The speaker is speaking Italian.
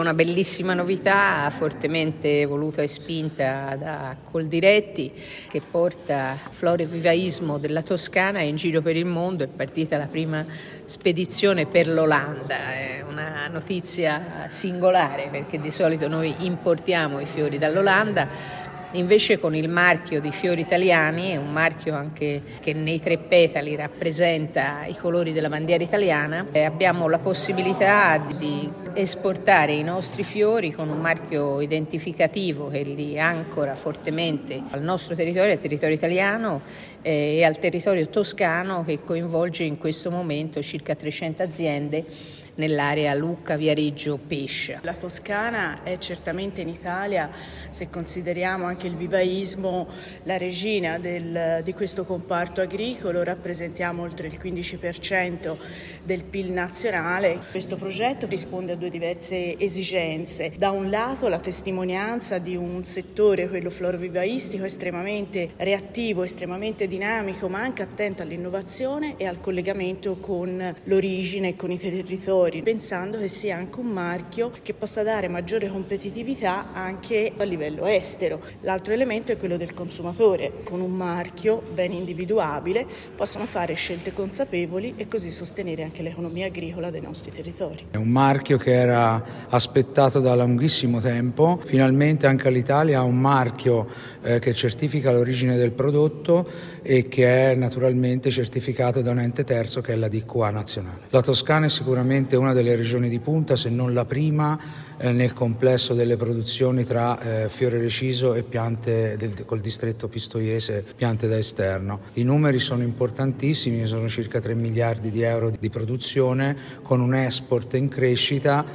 Una bellissima novità fortemente voluta e spinta da Coldiretti, che porta florovivaismo della Toscana in giro per il mondo. È partita la prima spedizione per l'Olanda, è una notizia singolare perché di solito noi importiamo i fiori dall'Olanda. Invece con il marchio di Fiori Italiani, un marchio anche che nei 3 petali rappresenta i colori della bandiera italiana, abbiamo la possibilità di esportare i nostri fiori con un marchio identificativo che li ancora fortemente al nostro territorio, al territorio italiano e al territorio toscano, che coinvolge in questo momento circa 300 aziende nell'area Lucca, Viareggio, Pescia. La Toscana è certamente in Italia, se consideriamo anche il vivaismo, la regina di questo comparto agricolo. Rappresentiamo oltre il 15% del PIL nazionale. Questo progetto risponde a 2 diverse esigenze. Da un lato la testimonianza di un settore, quello florovivaistico, estremamente reattivo, estremamente dinamico, ma anche attento all'innovazione e al collegamento con l'origine e con i territori, pensando che sia anche un marchio che possa dare maggiore competitività anche a livello estero. L'altro elemento è quello del consumatore. Con un marchio ben individuabile possono fare scelte consapevoli e così sostenere anche l'economia agricola dei nostri territori. È un marchio che era aspettato da lunghissimo tempo. Finalmente anche l'Italia ha un marchio che certifica l'origine del prodotto e che è naturalmente certificato da un ente terzo che è la DQA nazionale. La Toscana è sicuramente una delle regioni di punta, se non la prima, nel complesso delle produzioni tra Fiore Reciso e piante col distretto pistoiese, piante da esterno. I numeri sono importantissimi, sono circa 3 miliardi di euro di produzione con un export in crescita.